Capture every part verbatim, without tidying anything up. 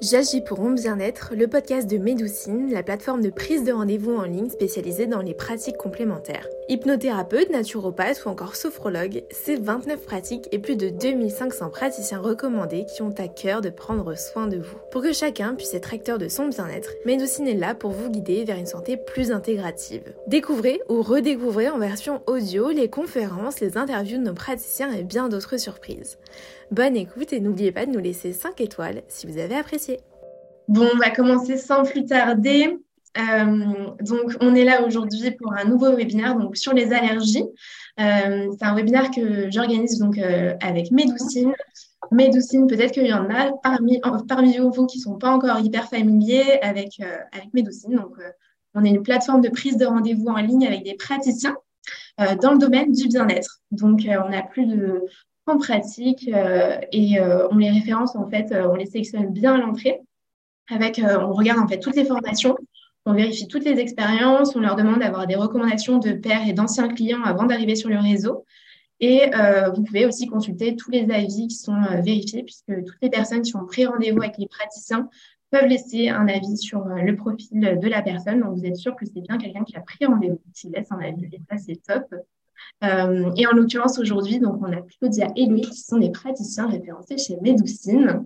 J'agis pour mon bien-être, le podcast de Médoucine, la plateforme de prise de rendez-vous en ligne spécialisée dans les pratiques complémentaires. Hypnothérapeute, naturopathe ou encore sophrologue, c'est vingt-neuf pratiques et plus de deux mille cinq cents praticiens recommandés qui ont à cœur de prendre soin de vous. Pour que chacun puisse être acteur de son bien-être, Médoucine est là pour vous guider vers une santé plus intégrative. Découvrez ou redécouvrez en version audio les conférences, les interviews de nos praticiens et bien d'autres surprises. Bonne écoute et n'oubliez pas de nous laisser cinq étoiles si vous avez apprécié. Bon, on va commencer sans plus tarder. Euh, donc, on est là aujourd'hui pour un nouveau webinaire donc, sur les allergies. Euh, c'est un webinaire que j'organise donc, euh, avec Médoucine. Médoucine, peut-être qu'il y en a parmi, parmi vous qui ne sont pas encore hyper familiers avec, euh, avec Médoucine. Donc, euh, on est une plateforme de prise de rendez-vous en ligne avec des praticiens euh, dans le domaine du bien-être. Donc, euh, on a plus de trente pratiques euh, et euh, on les référence, en fait, euh, on les sélectionne bien à l'entrée. Avec, euh, on regarde en fait toutes les formations, on vérifie toutes les expériences, on leur demande d'avoir des recommandations de pairs et d'anciens clients avant d'arriver sur le réseau. Et euh, vous pouvez aussi consulter tous les avis qui sont euh, vérifiés, puisque toutes les personnes qui ont pris rendez-vous avec les praticiens peuvent laisser un avis sur euh, le profil de la personne. Donc, vous êtes sûr que c'est bien quelqu'un qui a pris rendez-vous, qui laisse un avis. Et ça, c'est top. Euh, et en l'occurrence, aujourd'hui, donc, on a Claudia et Louis, qui sont des praticiens référencés chez Médoucine.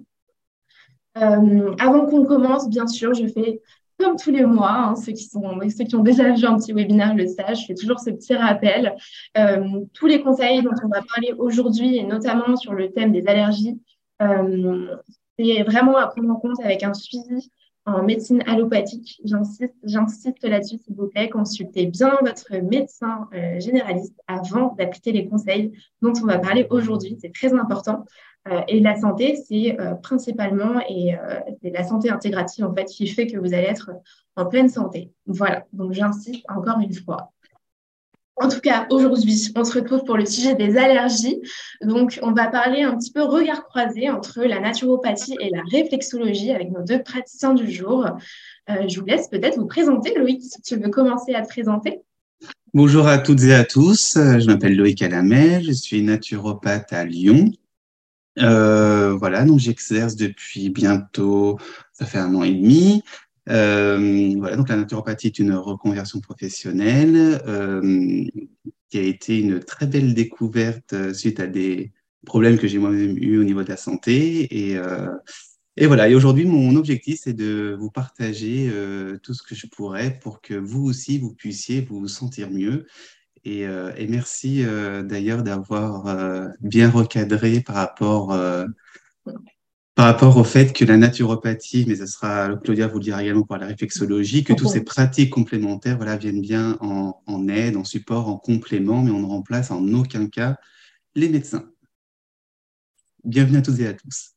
Euh, avant qu'on commence, bien sûr, je fais comme tous les mois, hein, ceux, qui sont, ceux qui ont déjà vu un petit webinaire le savent, je fais toujours ce petit rappel. Euh, tous les conseils dont on va parler aujourd'hui, et notamment sur le thème des allergies, euh, c'est vraiment à prendre en compte avec un suivi en médecine allopathique. J'insiste, j'insiste là-dessus, s'il vous plaît, consultez bien votre médecin euh, généraliste avant d'appliquer les conseils dont on va parler aujourd'hui. C'est très important. Euh, et la santé, c'est euh, principalement et euh, c'est la santé intégrative en fait qui fait que vous allez être en pleine santé. Voilà, donc j'insiste encore une fois. En tout cas, aujourd'hui, on se retrouve pour le sujet des allergies. Donc, on va parler un petit peu regard croisé entre la naturopathie et la réflexologie avec nos deux praticiens du jour. Euh, je vous laisse peut-être vous présenter, Loïc, si tu veux commencer à te présenter. Bonjour à toutes et à tous, je m'appelle Loïc Alamel, je suis naturopathe à Lyon. Euh, voilà, donc j'exerce depuis bientôt, ça fait un an et demi. Euh, voilà, donc la naturopathie est une reconversion professionnelle euh, qui a été une très belle découverte suite à des problèmes que j'ai moi-même eu au niveau de la santé. Et, euh, et voilà, et aujourd'hui, mon objectif, c'est de vous partager euh, tout ce que je pourrais pour que vous aussi, vous puissiez vous sentir mieux. Et, euh, et merci euh, d'ailleurs d'avoir euh, bien recadré par rapport, euh, par rapport au fait que la naturopathie, mais ce sera, Claudia vous le dira également par la réflexologie, que toutes ces pratiques complémentaires voilà, viennent bien en, en aide, en support, en complément, mais on ne remplace en aucun cas les médecins. Bienvenue à toutes et à tous.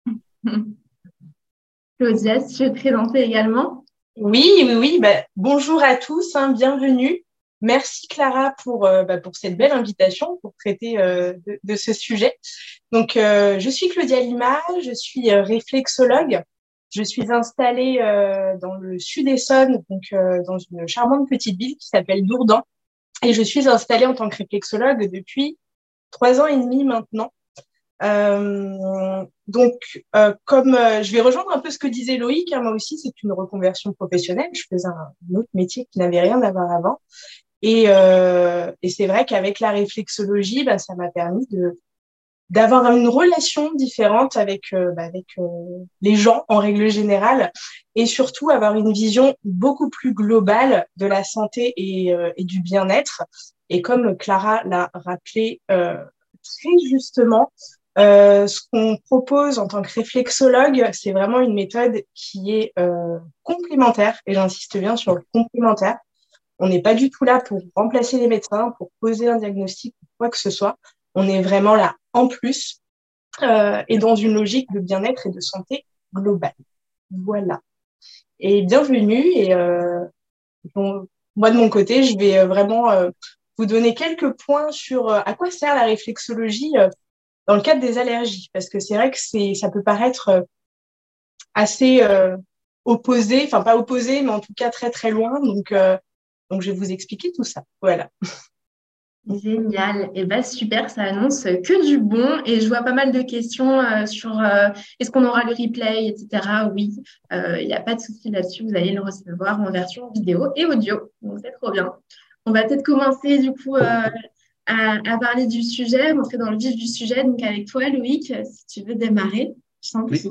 Claudia, si tu veux te présenter également. Oui, oui, oui. Bah, bonjour à tous, hein, bienvenue. Merci Clara pour, euh, bah, pour cette belle invitation pour traiter euh, de, de ce sujet. Donc, euh, je suis Claudia Lima, je suis euh, réflexologue. Je suis installée euh, dans le sud Essonne, donc euh, dans une charmante petite ville qui s'appelle Dourdan. Et je suis installée en tant que réflexologue depuis trois ans et demi maintenant. Euh, donc, euh, comme euh, je vais rejoindre un peu ce que disait Loïc, hein, moi aussi, c'est une reconversion professionnelle. Je faisais un, un autre métier qui n'avait rien à voir avant. Et, euh, et c'est vrai qu'avec la réflexologie, bah, ça m'a permis de d'avoir une relation différente avec euh, bah, avec euh, les gens en règle générale, et surtout avoir une vision beaucoup plus globale de la santé et, euh, et du bien-être. Et comme Clara l'a rappelé euh, très justement, euh, ce qu'on propose en tant que réflexologue, c'est vraiment une méthode qui est euh, complémentaire, et j'insiste bien sur le complémentaire. On n'est pas du tout là pour remplacer les médecins, pour poser un diagnostic ou quoi que ce soit. On est vraiment là en plus euh, et dans une logique de bien-être et de santé globale. Voilà. Et bienvenue. Et euh, bon, moi, de mon côté, je vais vraiment euh, vous donner quelques points sur euh, à quoi sert la réflexologie euh, dans le cadre des allergies. Parce que c'est vrai que c'est, ça peut paraître euh, assez euh, opposé, enfin pas opposé, mais en tout cas très, très loin. Donc, euh, Donc, je vais vous expliquer tout ça. Voilà. Génial. Et ben super, ça annonce que du bon. Et je vois pas mal de questions euh, sur euh, est-ce qu'on aura le replay, et cetera. Oui, il n'y a pas de souci là-dessus. Vous allez le recevoir en version vidéo et audio. Donc c'est trop bien. On va peut-être commencer du coup euh, à, à parler du sujet, rentrer dans le vif du sujet. Donc avec toi, Loïc, si tu veux démarrer, je t'en prie. Oui,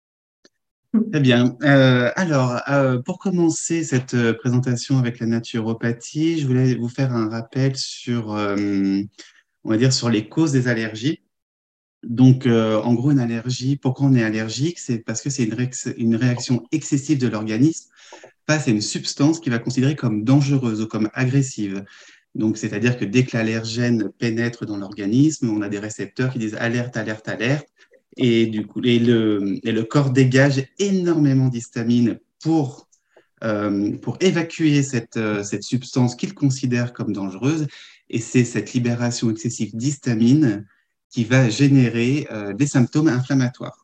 très bien. Euh, alors, euh, pour commencer cette euh, présentation avec la naturopathie, je voulais vous faire un rappel sur, euh, on va dire, sur les causes des allergies. Donc, euh, en gros, une allergie, pourquoi on est allergique? C'est parce que c'est une, réac- une réaction excessive de l'organisme face à une substance qu'il va considérer comme dangereuse ou comme agressive. Donc, c'est-à-dire que dès que l'allergène pénètre dans l'organisme, on a des récepteurs qui disent alerte, alerte, alerte. Et du coup, et le, et le corps dégage énormément d'histamine pour, euh, pour évacuer cette, euh, cette substance qu'il considère comme dangereuse. Et c'est cette libération excessive d'histamine qui va générer euh, des symptômes inflammatoires.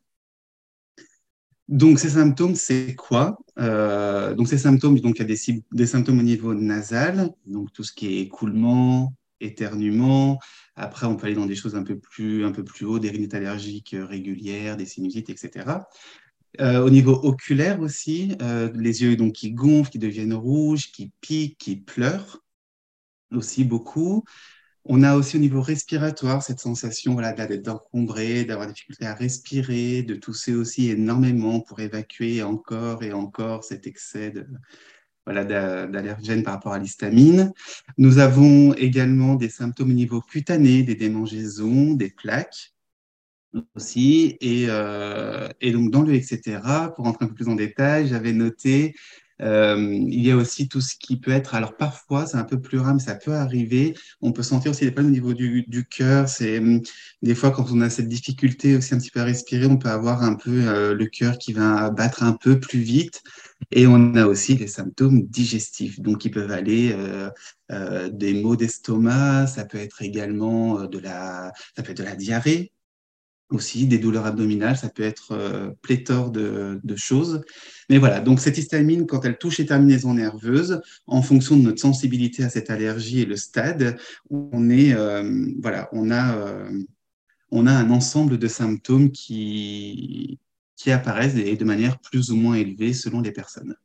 Donc, ces symptômes, c'est quoi? Euh, donc, ces symptômes, donc, il y a des, sy- des symptômes au niveau nasal, donc tout ce qui est écoulement, éternuement. Après, on peut aller dans des choses un peu plus, un peu plus haut, des rhinites allergiques euh, régulières, des sinusites, et cetera. Euh, au niveau oculaire aussi, euh, les yeux donc, qui gonflent, qui deviennent rouges, qui piquent, qui pleurent aussi beaucoup. On a aussi au niveau respiratoire cette sensation voilà, d'être encombré, d'avoir des difficultés à respirer, de tousser aussi énormément pour évacuer encore et encore cet excès de, voilà, d'a- d'allergènes par rapport à l'histamine. Nous avons également des symptômes au niveau cutané, des démangeaisons, des plaques aussi. Et, euh, et donc, dans le et cetera, pour rentrer un peu plus en détail, j'avais noté, euh, il y a aussi tout ce qui peut être, alors parfois, c'est un peu plus rare, mais ça peut arriver. On peut sentir aussi des problèmes au niveau du, du cœur. C'est hum, des fois, quand on a cette difficulté aussi un petit peu à respirer, on peut avoir un peu euh, le cœur qui va battre un peu plus vite. Et on a aussi les symptômes digestifs, donc qui peuvent aller euh, euh, des maux d'estomac, ça peut être également euh, de la, ça peut être de la diarrhée aussi, des douleurs abdominales, ça peut être euh, pléthore de, de choses. Mais voilà, donc cette histamine, quand elle touche les terminaisons nerveuses, en fonction de notre sensibilité à cette allergie et le stade, on est, euh, voilà, on a, euh, on a un ensemble de symptômes qui, qui apparaissent et de manière plus ou moins élevée selon les personnes.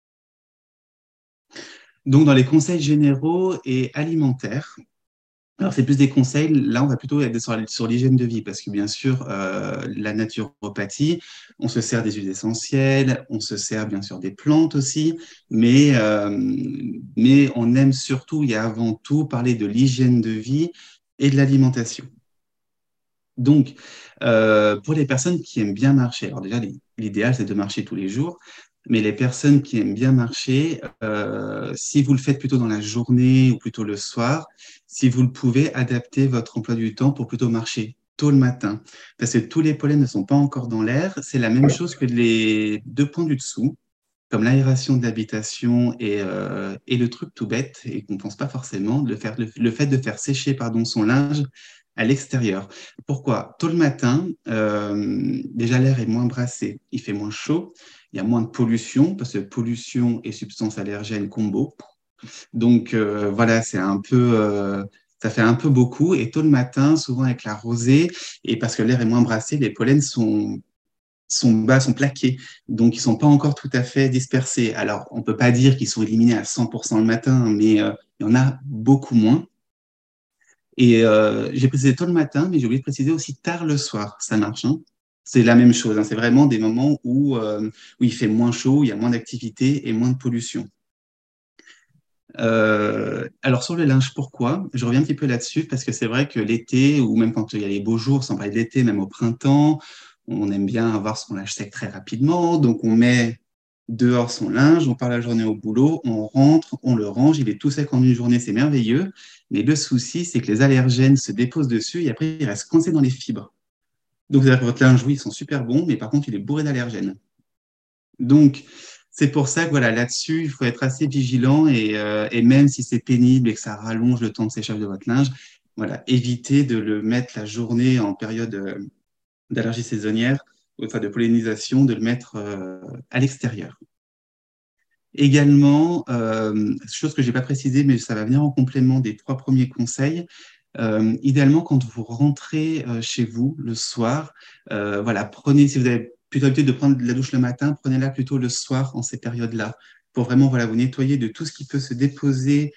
Donc, dans les conseils généraux et alimentaires, alors, c'est plus des conseils. Là, on va plutôt être sur, sur l'hygiène de vie parce que, bien sûr, euh, la naturopathie, on se sert des huiles essentielles, on se sert bien sûr des plantes aussi, mais, euh, mais on aime surtout et avant tout parler de l'hygiène de vie et de l'alimentation. Donc, euh, pour les personnes qui aiment bien marcher, alors déjà, l'idéal, c'est de marcher tous les jours, mais les personnes qui aiment bien marcher, euh, si vous le faites plutôt dans la journée ou plutôt le soir, si vous le pouvez, adapter votre emploi du temps pour plutôt marcher tôt le matin, parce que tous les pollens ne sont pas encore dans l'air. C'est la même chose que les deux points du dessous, comme l'aération de l'habitation et, euh, et le truc tout bête, et qu'on ne pense pas forcément, le, faire, le, le fait de faire sécher pardon, son linge à l'extérieur. Pourquoi? Tôt le matin, euh, déjà l'air est moins brassé, il fait moins chaud, il y a moins de pollution, parce que pollution et substances allergènes combo. Donc euh, voilà, c'est un peu, euh, ça fait un peu beaucoup. Et tôt le matin, souvent avec la rosée, et parce que l'air est moins brassé, les pollens sont sont bas, sont plaqués, donc ils sont pas encore tout à fait dispersés. Alors, on peut pas dire qu'ils sont éliminés à cent pour cent le matin, mais euh, il y en a beaucoup moins. Et euh, j'ai précisé tôt le matin, mais j'ai oublié de préciser aussi tard le soir. Ça marche, hein. C'est la même chose, hein. C'est vraiment des moments où, euh, où il fait moins chaud, il y a moins d'activité et moins de pollution. Euh, alors sur le linge, pourquoi? Je reviens un petit peu là-dessus parce que c'est vrai que l'été, ou même quand il y a les beaux jours, sans parler de l'été, même au printemps, on aime bien avoir son linge sec très rapidement. Donc on met dehors son linge, on part la journée au boulot, on rentre, on le range, il est tout sec en une journée, c'est merveilleux. Mais le souci, c'est que les allergènes se déposent dessus et après, il reste coincé dans les fibres. Donc c'est-à-dire que votre linge, oui, ils sont super bons, mais par contre, il est bourré d'allergènes. Donc, c'est pour ça que voilà, là-dessus, il faut être assez vigilant et, euh, et même si c'est pénible et que ça rallonge le temps de séchage de votre linge, voilà, évitez de le mettre la journée en période euh, d'allergie saisonnière, enfin de pollinisation, de le mettre euh, à l'extérieur. Également, euh, chose que je n'ai pas précisée, mais ça va venir en complément des trois premiers conseils. Euh, idéalement, quand vous rentrez euh, chez vous le soir, euh, voilà, prenez, si vous avez plutôt l'habitude de prendre de la douche le matin, prenez-la plutôt le soir en ces périodes-là, pour vraiment voilà, vous nettoyer de tout ce qui peut se déposer,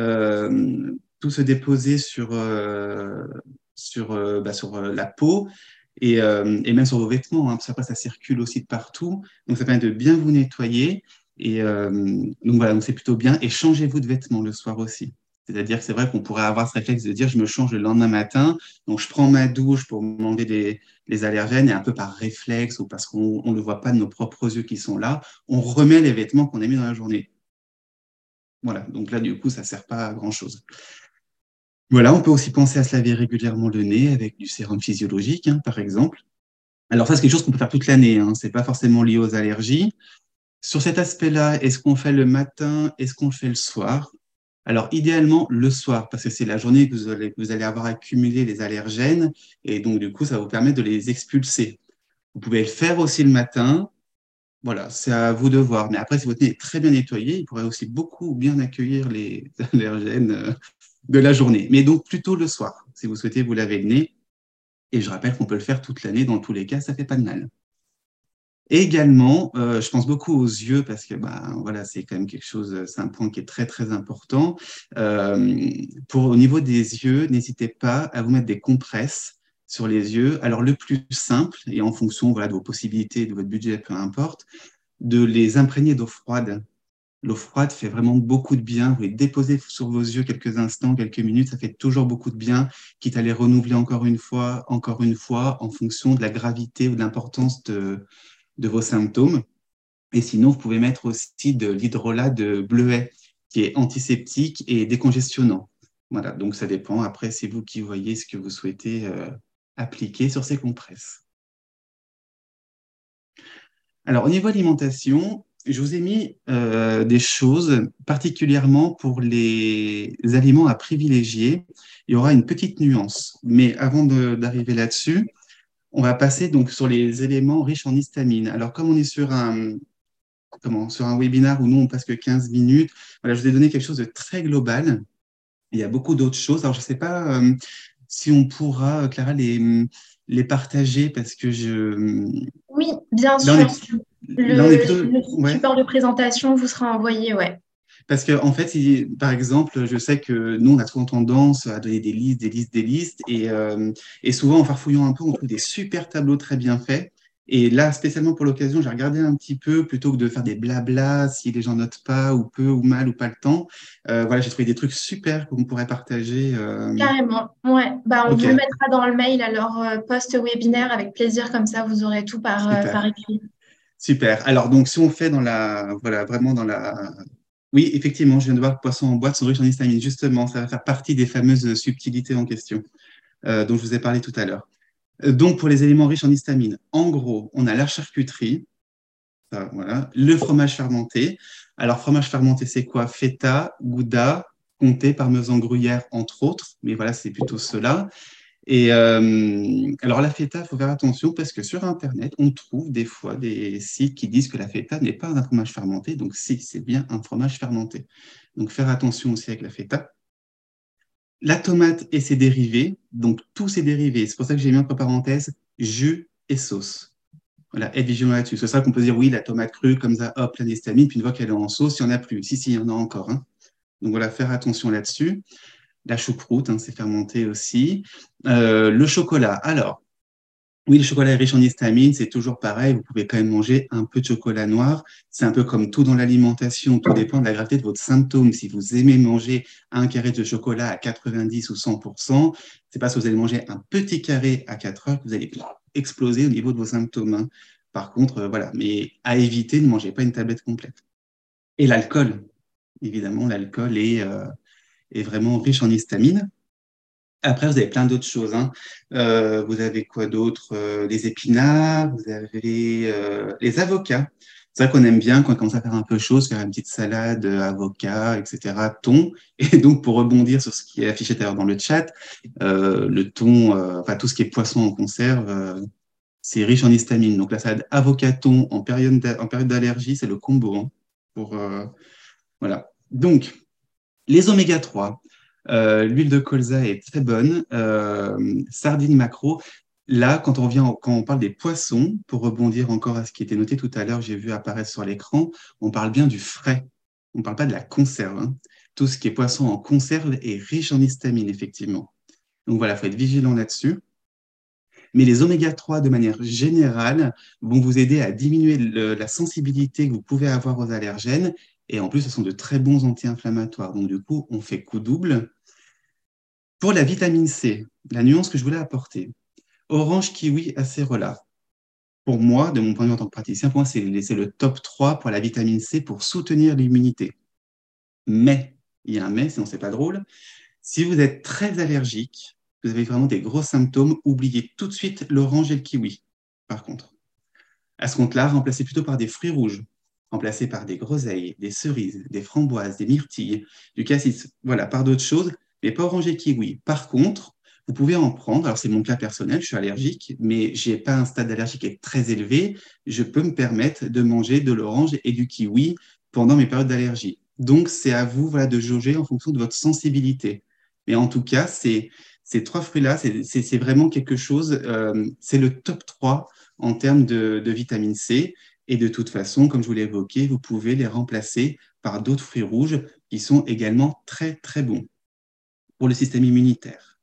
euh, tout se déposer sur, euh, sur, euh, bah, sur euh, la peau et, euh, et même sur vos vêtements, hein, parce qu'après ça circule aussi de partout. Donc ça permet de bien vous nettoyer. Et euh, donc voilà, donc c'est plutôt bien. Et changez-vous de vêtements le soir aussi. C'est-à-dire que c'est vrai qu'on pourrait avoir ce réflexe de dire je me change le lendemain matin, donc je prends ma douche pour m'enlever les, les allergènes et un peu par réflexe ou parce qu'on ne le voit pas de nos propres yeux qui sont là, on remet les vêtements qu'on a mis dans la journée. Voilà, donc là du coup ça ne sert pas à grand-chose. Voilà, on peut aussi penser à se laver régulièrement le nez avec du sérum physiologique, hein, par exemple. Alors ça c'est quelque chose qu'on peut faire toute l'année, hein, ce n'est pas forcément lié aux allergies. Sur cet aspect-là, est-ce qu'on fait le matin, est-ce qu'on le fait le soir? Alors, idéalement, le soir, parce que c'est la journée que vous allez, vous allez avoir accumulé les allergènes, et donc, du coup, ça va vous permettre de les expulser. Vous pouvez le faire aussi le matin. Voilà, c'est à vous de voir. Mais après, si votre nez est très bien nettoyé, il pourrait aussi beaucoup bien accueillir les allergènes euh, de la journée. Mais donc, plutôt le soir, si vous souhaitez vous laver le nez. Et je rappelle qu'on peut le faire toute l'année. Dans tous les cas, ça ne fait pas de mal. Et également, euh, je pense beaucoup aux yeux parce que bah, voilà, c'est quand même quelque chose, c'est un point qui est très très important. Euh, pour, au niveau des yeux, n'hésitez pas à vous mettre des compresses sur les yeux. Alors le plus simple, et en fonction voilà, de vos possibilités, de votre budget, peu importe, de les imprégner d'eau froide. L'eau froide fait vraiment beaucoup de bien. Vous les déposez sur vos yeux quelques instants, quelques minutes, ça fait toujours beaucoup de bien, quitte à les renouveler encore une fois, encore une fois, en fonction de la gravité ou de l'importance de de vos symptômes. Et sinon, vous pouvez mettre aussi de l'hydrolat de bleuet, qui est antiseptique et décongestionnant. Voilà, donc ça dépend. Après, c'est vous qui voyez ce que vous souhaitez euh, appliquer sur ces compresses. Alors, au niveau alimentation, je vous ai mis euh, des choses particulièrement pour les aliments à privilégier. Il y aura une petite nuance. Mais avant d'arriver là-dessus, on va passer donc sur les éléments riches en histamine. Alors, comme on est sur un, comment, sur un webinaire où nous, on passe que quinze minutes, voilà, je vous ai donné quelque chose de très global. Il y a beaucoup d'autres choses. Alors, je ne sais pas euh, si on pourra, Clara, les, les partager parce que je... Oui, bien là, sûr. on est, Le, là, on est plutôt... le ouais. support de présentation vous sera envoyé, ouais. Parce que, en fait, si, par exemple, je sais que nous, on a souvent tendance à donner des listes, des listes, des listes. Et, euh, et souvent, en farfouillant un peu, on trouve des super tableaux très bien faits. Et là, spécialement pour l'occasion, j'ai regardé un petit peu plutôt que de faire des blablas si les gens notent pas ou peu ou mal ou pas le temps. Euh, voilà, j'ai trouvé des trucs super qu'on pourrait partager. Euh... Carrément, ouais. Bah, on Ok, vous le mettra dans le mail à leur euh, post-webinaire avec plaisir, comme ça vous aurez tout par, euh, par super. écrit. Super. Alors, donc, si on fait dans la, voilà, vraiment dans la, oui, effectivement, je viens de voir que poissons en boîte sont riches en histamine. Justement, ça va faire partie des fameuses subtilités en question, euh, dont je vous ai parlé tout à l'heure. Euh, Donc, pour les éléments riches en histamine, en gros, on a la charcuterie, ça, voilà, le fromage fermenté. Alors, fromage fermenté, c'est quoi? Feta, gouda, comté, parmesan, gruyère, entre autres. Mais voilà, c'est plutôt cela. Et euh, alors la feta, il faut faire attention parce que sur Internet, on trouve des fois des sites qui disent que la feta n'est pas un fromage fermenté. Donc si, c'est bien un fromage fermenté. Donc faire attention aussi avec la feta. La tomate et ses dérivés, donc tous ses dérivés, c'est pour ça que j'ai mis entre parenthèses jus et sauce. Voilà, être vigilant là-dessus. C'est ça qu'on peut dire, oui, la tomate crue, comme ça, hop, plein d'histamine, puis une fois qu'elle est en sauce, il n'y en a plus. Si, si, il y en a encore. Hein. Donc voilà, faire attention là-dessus. La choucroute, hein, c'est fermenté aussi. Euh, le chocolat. Alors, oui, le chocolat est riche en histamine, c'est toujours pareil. Vous pouvez quand même manger un peu de chocolat noir. C'est un peu comme tout dans l'alimentation. Tout dépend de la gravité de votre symptôme. Si vous aimez manger un carré de chocolat à quatre-vingt-dix ou cent pour cent, c'est parce que vous allez manger un petit carré à quatre heures que vous allez exploser au niveau de vos symptômes. Hein. Par contre, euh, voilà. Mais à éviter, ne mangez pas une tablette complète. Et l'alcool. Évidemment, l'alcool est, euh, est vraiment riche en histamine. Après, vous avez plein d'autres choses. Hein. Euh, vous avez quoi d'autre? euh, Les épinards, vous avez euh, les avocats. C'est ça qu'on aime bien quand on commence à faire un peu chaud, faire une petite salade, euh, avocat, et cetera, thon. Et donc, pour rebondir sur ce qui est affiché tout à l'heure dans le chat, euh, le thon, euh, enfin tout ce qui est poisson en conserve, euh, c'est riche en histamine. Donc, la salade avocat-thon en période d'a- en période d'allergie, c'est le combo. Hein. pour, euh, voilà. Donc, les oméga trois, euh, l'huile de colza est très bonne, euh, sardines maquereaux. Là, quand on, vient, quand on parle des poissons, pour rebondir encore à ce qui était noté tout à l'heure, j'ai vu apparaître sur l'écran, on parle bien du frais. On ne parle pas de la conserve, hein. Tout ce qui est poisson en conserve est riche en histamine, effectivement. Donc voilà, il faut être vigilant là-dessus. Mais les oméga trois, de manière générale, vont vous aider à diminuer le- la sensibilité que vous pouvez avoir aux allergènes. Et en plus, ce sont de très bons anti-inflammatoires. Donc du coup, on fait coup double. Pour la vitamine C, la nuance que je voulais apporter, orange, kiwi, acérola. Pour moi, de mon point de vue en tant que praticien, pour moi, c'est c'est le top trois pour la vitamine C pour soutenir l'immunité. Mais, il y a un mais, sinon c'est pas drôle. Si vous êtes très allergique, vous avez vraiment des gros symptômes, oubliez tout de suite l'orange et le kiwi, par contre. À ce compte-là, remplacez plutôt par des fruits rouges, remplacez par des groseilles, des cerises, des framboises, des myrtilles, du cassis, voilà, par d'autres choses, mais pas orange et kiwi. Par contre, vous pouvez en prendre, alors c'est mon cas personnel, je suis allergique, mais je n'ai pas un stade d'allergie qui est très élevé, je peux me permettre de manger de l'orange et du kiwi pendant mes périodes d'allergie. Donc, c'est à vous, voilà, de jauger en fonction de votre sensibilité. Mais en tout cas, c'est, ces trois fruits-là, c'est c'est- c'est vraiment quelque chose, euh, c'est le top trois en termes de, de vitamine C. Et de toute façon, comme je vous l'ai évoqué, vous pouvez les remplacer par d'autres fruits rouges qui sont également très, très bons pour le système immunitaire.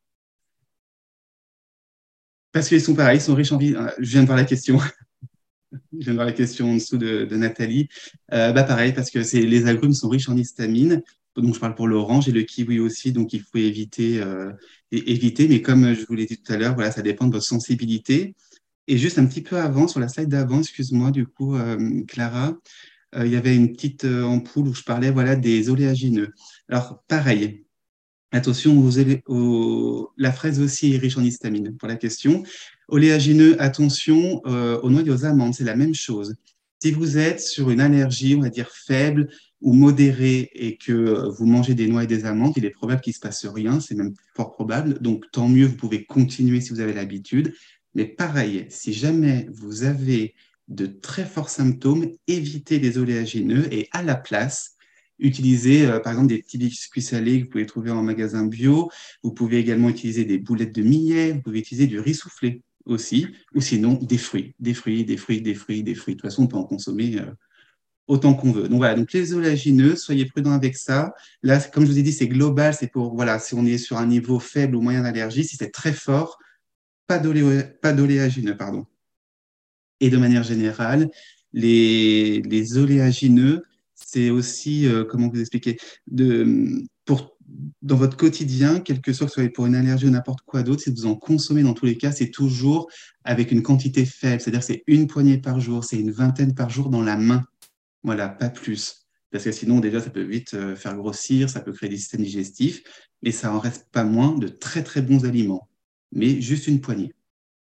Parce qu'ils sont pareils, ils sont riches en vitamines. Je viens de voir la question. Je viens de voir la question en dessous de, de Nathalie. Euh, bah pareil, parce que c'est, les agrumes sont riches en histamine. Donc, je parle pour l'orange et le kiwi aussi. Donc, il faut éviter, euh, é- éviter. Mais comme je vous l'ai dit tout à l'heure, voilà, ça dépend de votre sensibilité. Et juste un petit peu avant, sur la slide d'avant, excuse-moi, du coup, euh, Clara, euh, il y avait une petite euh, ampoule où je parlais, voilà, des oléagineux. Alors, pareil, attention aux, élé- aux- la fraise aussi est riche en histamine pour la question. Oléagineux, attention euh, aux noix et aux amandes, c'est la même chose. Si vous êtes sur une allergie, on va dire faible ou modérée et que vous mangez des noix et des amandes, il est probable qu'il ne se passe rien, c'est même fort probable. Donc, tant mieux, vous pouvez continuer si vous avez l'habitude. Mais pareil, si jamais vous avez de très forts symptômes, évitez les oléagineux et à la place, utilisez euh, par exemple des petits biscuits salés que vous pouvez trouver en magasin bio. Vous pouvez également utiliser des boulettes de millet, vous pouvez utiliser du riz soufflé aussi, ou sinon des fruits, des fruits, des fruits, des fruits, des fruits. De toute façon, on peut en consommer euh, autant qu'on veut. Donc voilà, donc les oléagineux, soyez prudents avec ça. Là, comme je vous ai dit, c'est global, c'est pour, voilà, si on est sur un niveau faible ou moyen d'allergie, si c'est très fort, pas d'olé- pas d'oléagineux, pardon. Et de manière générale, les, les oléagineux, c'est aussi, euh, comment vous expliquer, de, pour, dans votre quotidien, quel que soit que ce soit pour une allergie ou n'importe quoi d'autre, si vous en consommez dans tous les cas, c'est toujours avec une quantité faible. C'est-à-dire que c'est une poignée par jour, c'est une vingtaine par jour dans la main. Voilà, pas plus. Parce que sinon, déjà, ça peut vite euh, faire grossir, ça peut créer des systèmes digestifs, mais ça en reste pas moins de très, très bons aliments. Mais juste une poignée.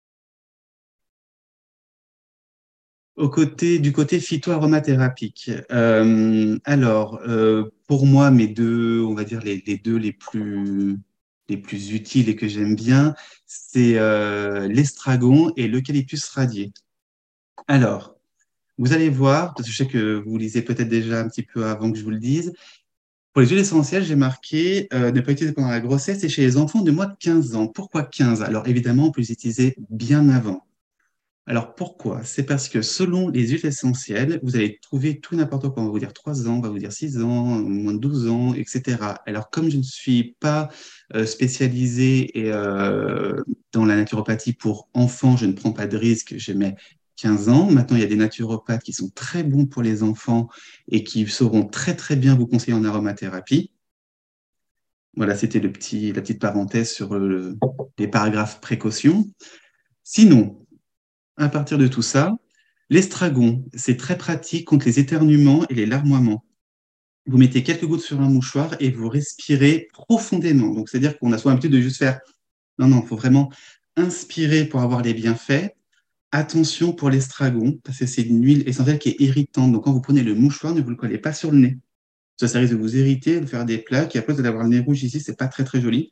Au côté, du côté phytoaromathérapique, euh, alors, euh, pour moi, mes deux, on va dire les, les deux les plus, les plus utiles et que j'aime bien, c'est euh, l'estragon et l'eucalyptus radié. Alors, vous allez voir, parce que je sais que vous lisez peut-être déjà un petit peu avant que je vous le dise, pour les huiles essentielles, j'ai marqué euh, ne pas utiliser pendant la grossesse et chez les enfants de moins de quinze ans. Pourquoi quinze? Alors, évidemment, on peut les utiliser bien avant. Alors pourquoi? C'est parce que selon les huiles essentielles, vous allez trouver tout n'importe quoi. On va vous dire trois ans, on va vous dire six ans, moins de douze ans, et cetera. Alors comme je ne suis pas euh, spécialisé et, euh, dans la naturopathie pour enfants, je ne prends pas de risque, je mets quinze ans. Maintenant, il y a des naturopathes qui sont très bons pour les enfants et qui sauront très très bien vous conseiller en aromathérapie. Voilà, c'était le petit, la petite parenthèse sur le- les paragraphes précautions. Sinon, à partir de tout ça, l'estragon, c'est très pratique contre les éternuements et les larmoiements. Vous mettez quelques gouttes sur un mouchoir et vous respirez profondément. Donc, c'est-à-dire qu'on a souvent l'habitude de juste faire. Non, non, il faut vraiment inspirer pour avoir les bienfaits. Attention pour l'estragon, parce que c'est une huile essentielle qui est irritante. Donc, quand vous prenez le mouchoir, ne vous le collez pas sur le nez. Ça, ça risque de vous irriter, de faire des plaques, et après, vous allez avoir le nez rouge ici, c'est pas très, très joli.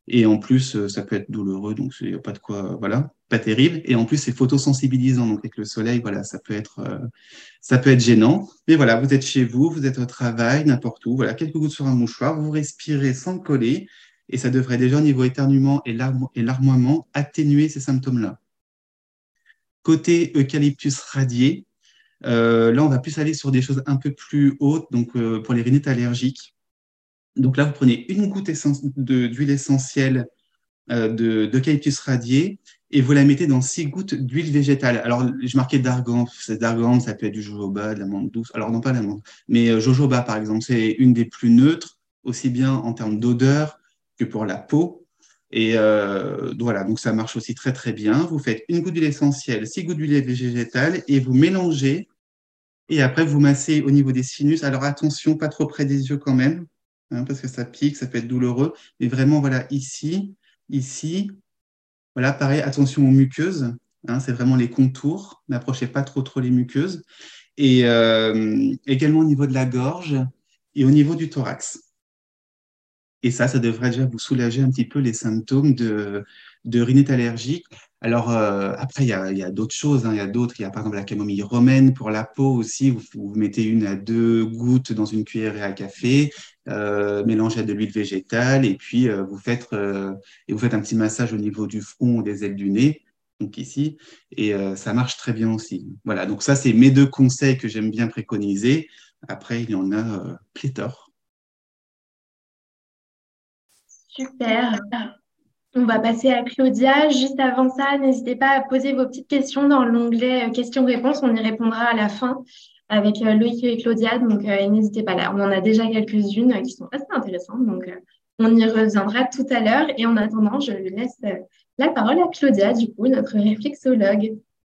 Et en plus, euh, ça peut être douloureux, donc il n'y a pas de quoi, euh, voilà, pas terrible. Et en plus, c'est photosensibilisant, donc avec le soleil, voilà, ça peut être, euh, ça peut être gênant. Mais voilà, vous êtes chez vous, vous êtes au travail, n'importe où, voilà, quelques gouttes sur un mouchoir, vous respirez sans coller, et ça devrait déjà, au niveau éternuement et larmo- et larmoiement, atténuer ces symptômes-là. Côté eucalyptus radié, euh, là, on va plus aller sur des choses un peu plus hautes, donc euh, pour les rhinites allergiques. Donc là, vous prenez une goutte essen- de- d'huile essentielle euh, de, d'eucalyptus radié et vous la mettez dans six gouttes d'huile végétale. Alors, je marquais d'argan, c'est d'argan, ça peut être du jojoba, de l'amande douce. Alors, non, pas l'amande, mais euh, jojoba, par exemple, c'est une des plus neutres, aussi bien en termes d'odeur que pour la peau. Et euh, voilà, donc ça marche aussi très, très bien. Vous faites une goutte d'huile essentielle, six gouttes d'huile végétale et vous mélangez. Et après, vous massez au niveau des sinus. Alors, attention, pas trop près des yeux quand même, hein, parce que ça pique, ça peut être douloureux. Mais vraiment, voilà, ici, ici, voilà, pareil, attention aux muqueuses, hein, c'est vraiment les contours, n'approchez pas trop trop les muqueuses. Et euh, également au niveau de la gorge et au niveau du thorax. Et ça, ça devrait déjà vous soulager un petit peu les symptômes de, de rhinite allergique. Alors, euh, après, il y a, il y a d'autres choses, hein, il y a d'autres. Il y a par exemple la camomille romaine pour la peau aussi. Vous, vous mettez une à deux gouttes dans une cuillerée à café, euh, mélangée à de l'huile végétale, et puis euh, vous faites, euh, et vous faites un petit massage au niveau du front ou des ailes du nez, donc ici, et euh, ça marche très bien aussi. Voilà, donc ça, c'est mes deux conseils que j'aime bien préconiser. Après, il y en a euh, pléthore. Super. On va passer à Claudia. Juste avant ça, n'hésitez pas à poser vos petites questions dans l'onglet euh, questions-réponses. On y répondra à la fin avec euh, Loïc et Claudia. Donc, euh, n'hésitez pas là. On en a déjà quelques-unes euh, qui sont assez intéressantes. Donc, euh, on y reviendra tout à l'heure. Et en attendant, je laisse euh, la parole à Claudia, du coup, notre réflexologue.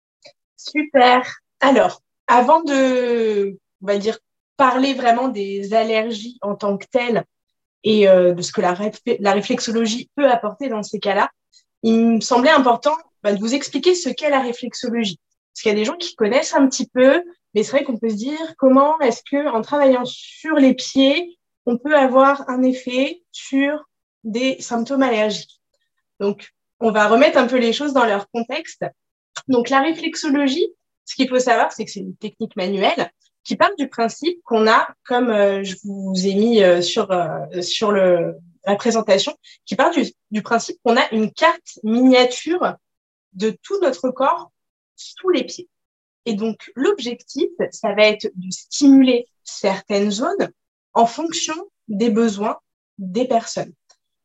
Super. Alors, avant de, on va dire, parler vraiment des allergies en tant que telles et euh, de ce que la, réf- la réflexologie peut apporter dans ces cas-là, il me semblait important bah, de vous expliquer ce qu'est la réflexologie. Parce qu'il y a des gens qui connaissent un petit peu, mais c'est vrai qu'on peut se dire comment est-ce que en travaillant sur les pieds, on peut avoir un effet sur des symptômes allergiques. Donc, on va remettre un peu les choses dans leur contexte. Donc, la réflexologie, ce qu'il faut savoir, c'est que c'est une technique manuelle qui part du principe qu'on a, comme euh, je vous ai mis euh, sur, euh, sur le, la présentation, qui part du, du principe qu'on a une carte miniature de tout notre corps sous les pieds. Et donc, l'objectif, ça va être de stimuler certaines zones en fonction des besoins des personnes.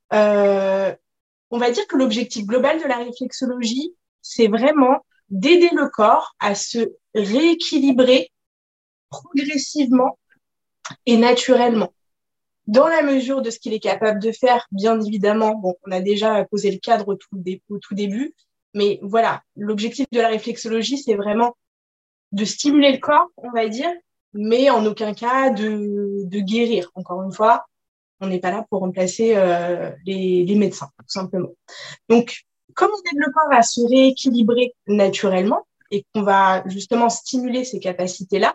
Euh, on va dire que l'objectif global de la réflexologie, c'est vraiment d'aider le corps à se rééquilibrer progressivement et naturellement. Dans la mesure de ce qu'il est capable de faire, bien évidemment, bon, on a déjà posé le cadre au tout, dé- au tout début, mais voilà, l'objectif de la réflexologie, c'est vraiment de stimuler le corps, on va dire, mais en aucun cas de, de guérir. Encore une fois, on n'est pas là pour remplacer euh, les, les médecins, tout simplement. Donc, comme on aide le corps à se rééquilibrer naturellement et qu'on va justement stimuler ces capacités-là,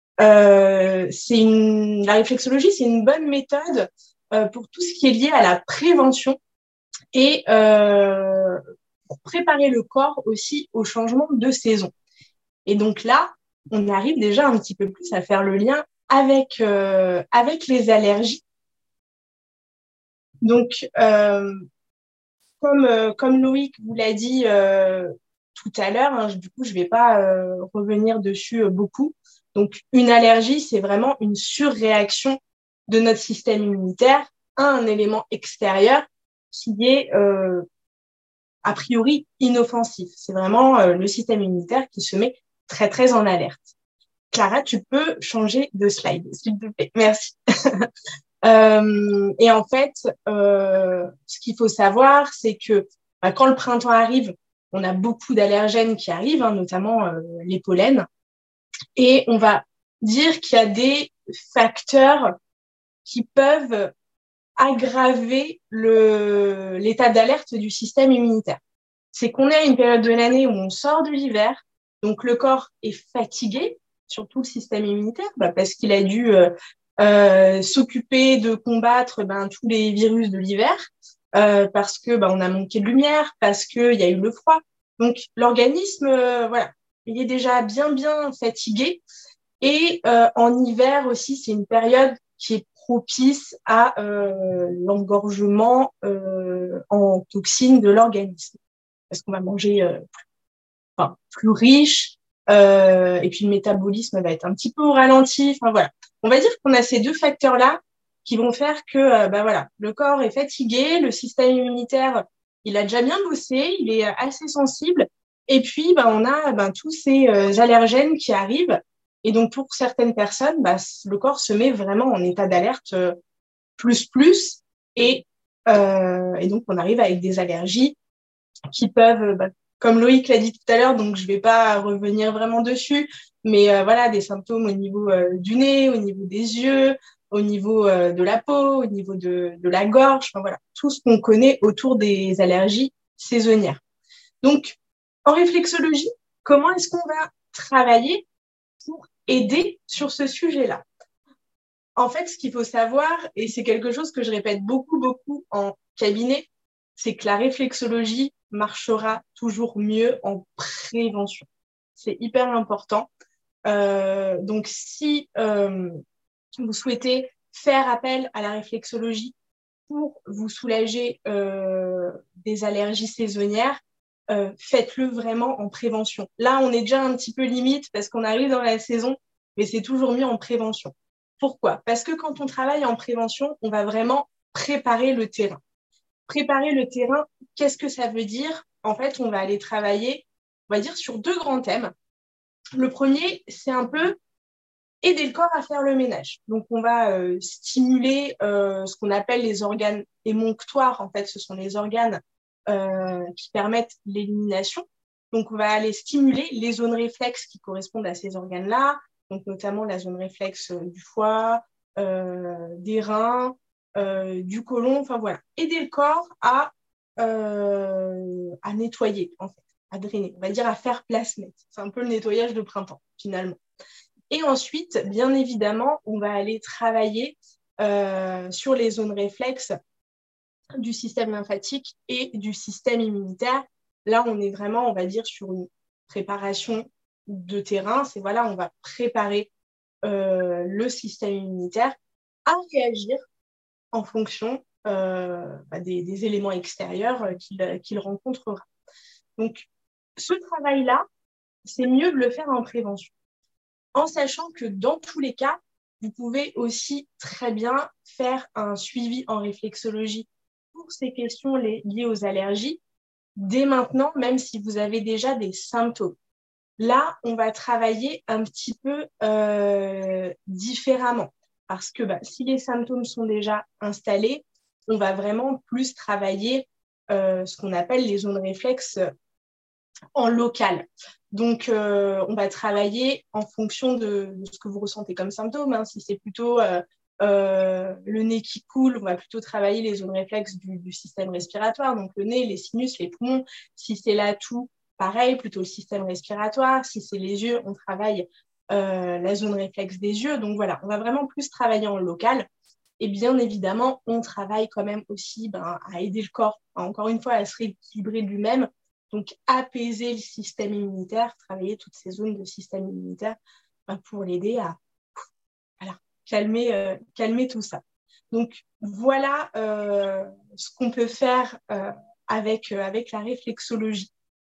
euh, c'est une, la réflexologie, c'est une bonne méthode euh, pour tout ce qui est lié à la prévention et euh, pour préparer le corps aussi au changement de saison. Et donc là, on arrive déjà un petit peu plus à faire le lien avec, euh, avec les allergies. Donc, euh, comme, euh, comme Loïc vous l'a dit euh, tout à l'heure, hein, du coup, je vais pas euh, revenir dessus euh, beaucoup. Donc, une allergie, c'est vraiment une surréaction de notre système immunitaire à un élément extérieur qui est euh, a priori inoffensif. C'est vraiment euh, le système immunitaire qui se met très, très en alerte. Clara, tu peux changer de slide, s'il te plaît. Merci. euh, et en fait, euh, ce qu'il faut savoir, c'est que bah, quand le printemps arrive, on a beaucoup d'allergènes qui arrivent, hein, notamment euh, les pollens. Et on va dire qu'il y a des facteurs qui peuvent aggraver le, l'état d'alerte du système immunitaire. C'est qu'on est à une période de l'année où on sort de l'hiver, donc le corps est fatigué, surtout le système immunitaire, bah, parce qu'il a dû euh, euh, s'occuper de combattre ben, tous les virus de l'hiver. euh, parce que bah, on a manqué de lumière, parce qu'il y a eu le froid. Donc, l'organisme, euh, voilà, il est déjà bien, bien fatigué. Et euh, en hiver aussi, c'est une période qui est propice à euh, l'engorgement euh, en toxines de l'organisme. Parce qu'on va manger euh, plus, enfin, plus riche, euh, et puis le métabolisme va être un petit peu au ralenti. Enfin, voilà. On va dire qu'on a ces deux facteurs-là qui vont faire que euh, bah, voilà, le corps est fatigué, le système immunitaire, il a déjà bien bossé, il est assez sensible. Et puis, bah, on a bah, tous ces euh, allergènes qui arrivent. Et donc, pour certaines personnes, bah, le corps se met vraiment en état d'alerte euh, plus, plus. Et, euh, et donc, on arrive avec des allergies qui peuvent, bah, comme Loïc l'a dit tout à l'heure, donc je vais pas revenir vraiment dessus, mais euh, voilà, des symptômes au niveau euh, du nez, au niveau des yeux, au niveau euh, de la peau, au niveau de, de la gorge, enfin, voilà, tout ce qu'on connaît autour des allergies saisonnières. Donc, en réflexologie, comment est-ce qu'on va travailler pour aider sur ce sujet-là? En fait, ce qu'il faut savoir, et c'est quelque chose que je répète beaucoup, beaucoup en cabinet, c'est que la réflexologie marchera toujours mieux en prévention. C'est hyper important. Euh, donc, si euh, vous souhaitez faire appel à la réflexologie pour vous soulager euh, des allergies saisonnières, euh, faites-le vraiment en prévention. Là, on est déjà un petit peu limite parce qu'on arrive dans la saison, mais c'est toujours mieux en prévention. Pourquoi? Parce que quand on travaille en prévention, on va vraiment préparer le terrain. Préparer le terrain, qu'est-ce que ça veut dire? En fait, on va aller travailler, on va dire, sur deux grands thèmes. Le premier, c'est un peu aider le corps à faire le ménage. Donc, on va euh, stimuler euh, ce qu'on appelle les organes émonctoires. En fait, ce sont les organes euh, qui permettent l'élimination. Donc, on va aller stimuler les zones réflexes qui correspondent à ces organes-là, donc notamment la zone réflexe du foie, euh, des reins, euh, du côlon. Enfin, voilà. Aider le corps à, euh, à nettoyer, en fait, à drainer. On va dire à faire place nette. C'est un peu le nettoyage de printemps, finalement. Et ensuite, bien évidemment, on va aller travailler euh, sur les zones réflexes du système lymphatique et du système immunitaire. Là, on est vraiment, on va dire, sur une préparation de terrain. C'est voilà, on va préparer euh, le système immunitaire à réagir en fonction euh, bah, des, des éléments extérieurs qu'il, qu'il rencontrera. Donc, ce travail-là, c'est mieux de le faire en prévention, en sachant que dans tous les cas, vous pouvez aussi très bien faire un suivi en réflexologie pour ces questions liées aux allergies dès maintenant, même si vous avez déjà des symptômes. Là, on va travailler un petit peu euh, différemment parce que bah, si les symptômes sont déjà installés, on va vraiment plus travailler euh, ce qu'on appelle les zones réflexes en local. Donc, euh, on va travailler en fonction de, de ce que vous ressentez comme symptômes. Hein. Si c'est plutôt euh, euh, le nez qui coule, on va plutôt travailler les zones réflexes du, du système respiratoire, donc le nez, les sinus, les poumons. Si c'est la toux, pareil, plutôt le système respiratoire. Si c'est les yeux, on travaille euh, la zone réflexe des yeux. Donc voilà, on va vraiment plus travailler en local. Et bien évidemment, on travaille quand même aussi ben, à aider le corps, encore une fois, à se rééquilibrer lui-même. Donc, apaiser le système immunitaire, travailler toutes ces zones de système immunitaire ben, pour l'aider à voilà, calmer, euh, calmer tout ça. Donc, voilà euh, ce qu'on peut faire euh, avec, euh, avec la réflexologie.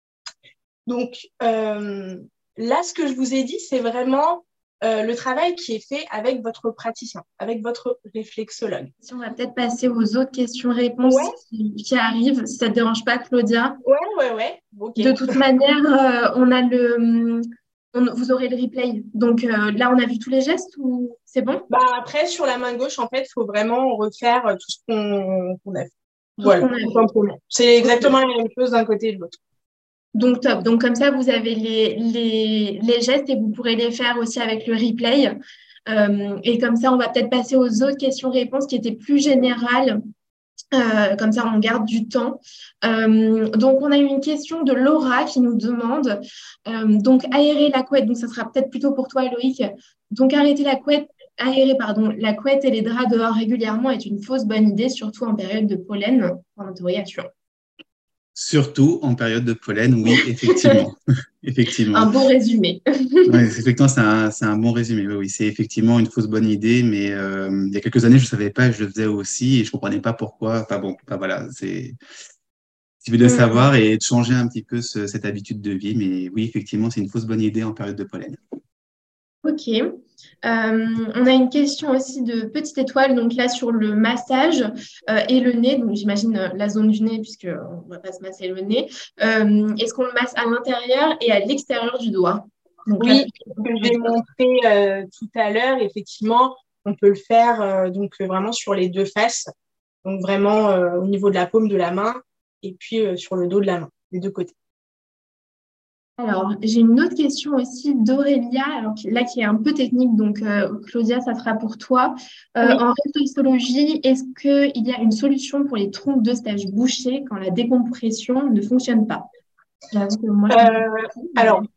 Donc, euh, là, ce que je vous ai dit, c'est vraiment euh, le travail qui est fait avec votre praticien, avec votre réflexologue. On va peut-être passer aux autres questions-réponses ouais. qui, qui arrivent, si ça ne te dérange pas, Claudia. Ouais, ouais, ouais. Okay. De toute manière, euh, on a le, on, vous aurez le replay. Donc euh, là, on a vu tous les gestes ou c'est bon? Bah, après, sur la main gauche, en fait, il faut vraiment refaire tout ce qu'on, qu'on a fait. Tout voilà, tout simplement. C'est exactement okay. La même chose d'un côté et de l'autre. Donc, top. Donc, comme ça, vous avez les, les, les gestes et vous pourrez les faire aussi avec le replay. Euh, et comme ça, on va peut-être passer aux autres questions-réponses qui étaient plus générales. Euh, comme ça, on garde du temps. Euh, donc, on a eu une question de Laura qui nous demande euh, donc aérer la couette. Donc, ça sera peut-être plutôt pour toi, Loïc. Donc, arrêter la couette aérer pardon, la couette et les draps dehors régulièrement est une fausse bonne idée, surtout en période de pollen, en interrogation. Surtout en période de pollen, oui, effectivement. effectivement. Un beau résumé. Oui, effectivement, c'est un, c'est un bon résumé. Oui, oui, c'est effectivement une fausse bonne idée, mais euh, il y a quelques années, je ne savais pas, je le faisais aussi et je ne comprenais pas pourquoi. Enfin bon, enfin, voilà, c'est il suffit de Mm. savoir et de changer un petit peu ce- cette habitude de vie. Mais oui, effectivement, c'est une fausse bonne idée en période de pollen. Ok. Euh, on a une question aussi de petite étoile, donc là sur le massage euh, et le nez, donc j'imagine euh, la zone du nez, puisqu'on ne va pas se masser le nez. Euh, est-ce qu'on le masse à l'intérieur et à l'extérieur du doigt? Donc là, Oui, ce que j'ai montré euh, tout à l'heure, effectivement, on peut le faire euh, donc euh, vraiment sur les deux faces, donc vraiment euh, au niveau de la paume de la main et puis euh, sur le dos de la main, des deux côtés. Alors, j'ai une autre question aussi d'Aurélia, alors qui- là qui est un peu technique, donc euh, Claudia, ça sera pour toi. Euh, Oui. en réflexologie, est-ce qu'il y a une solution pour les trompes de stage bouchées quand la décompression ne fonctionne pas? J'avoue que moi, je ne Euh, comprends pas. alors, mais-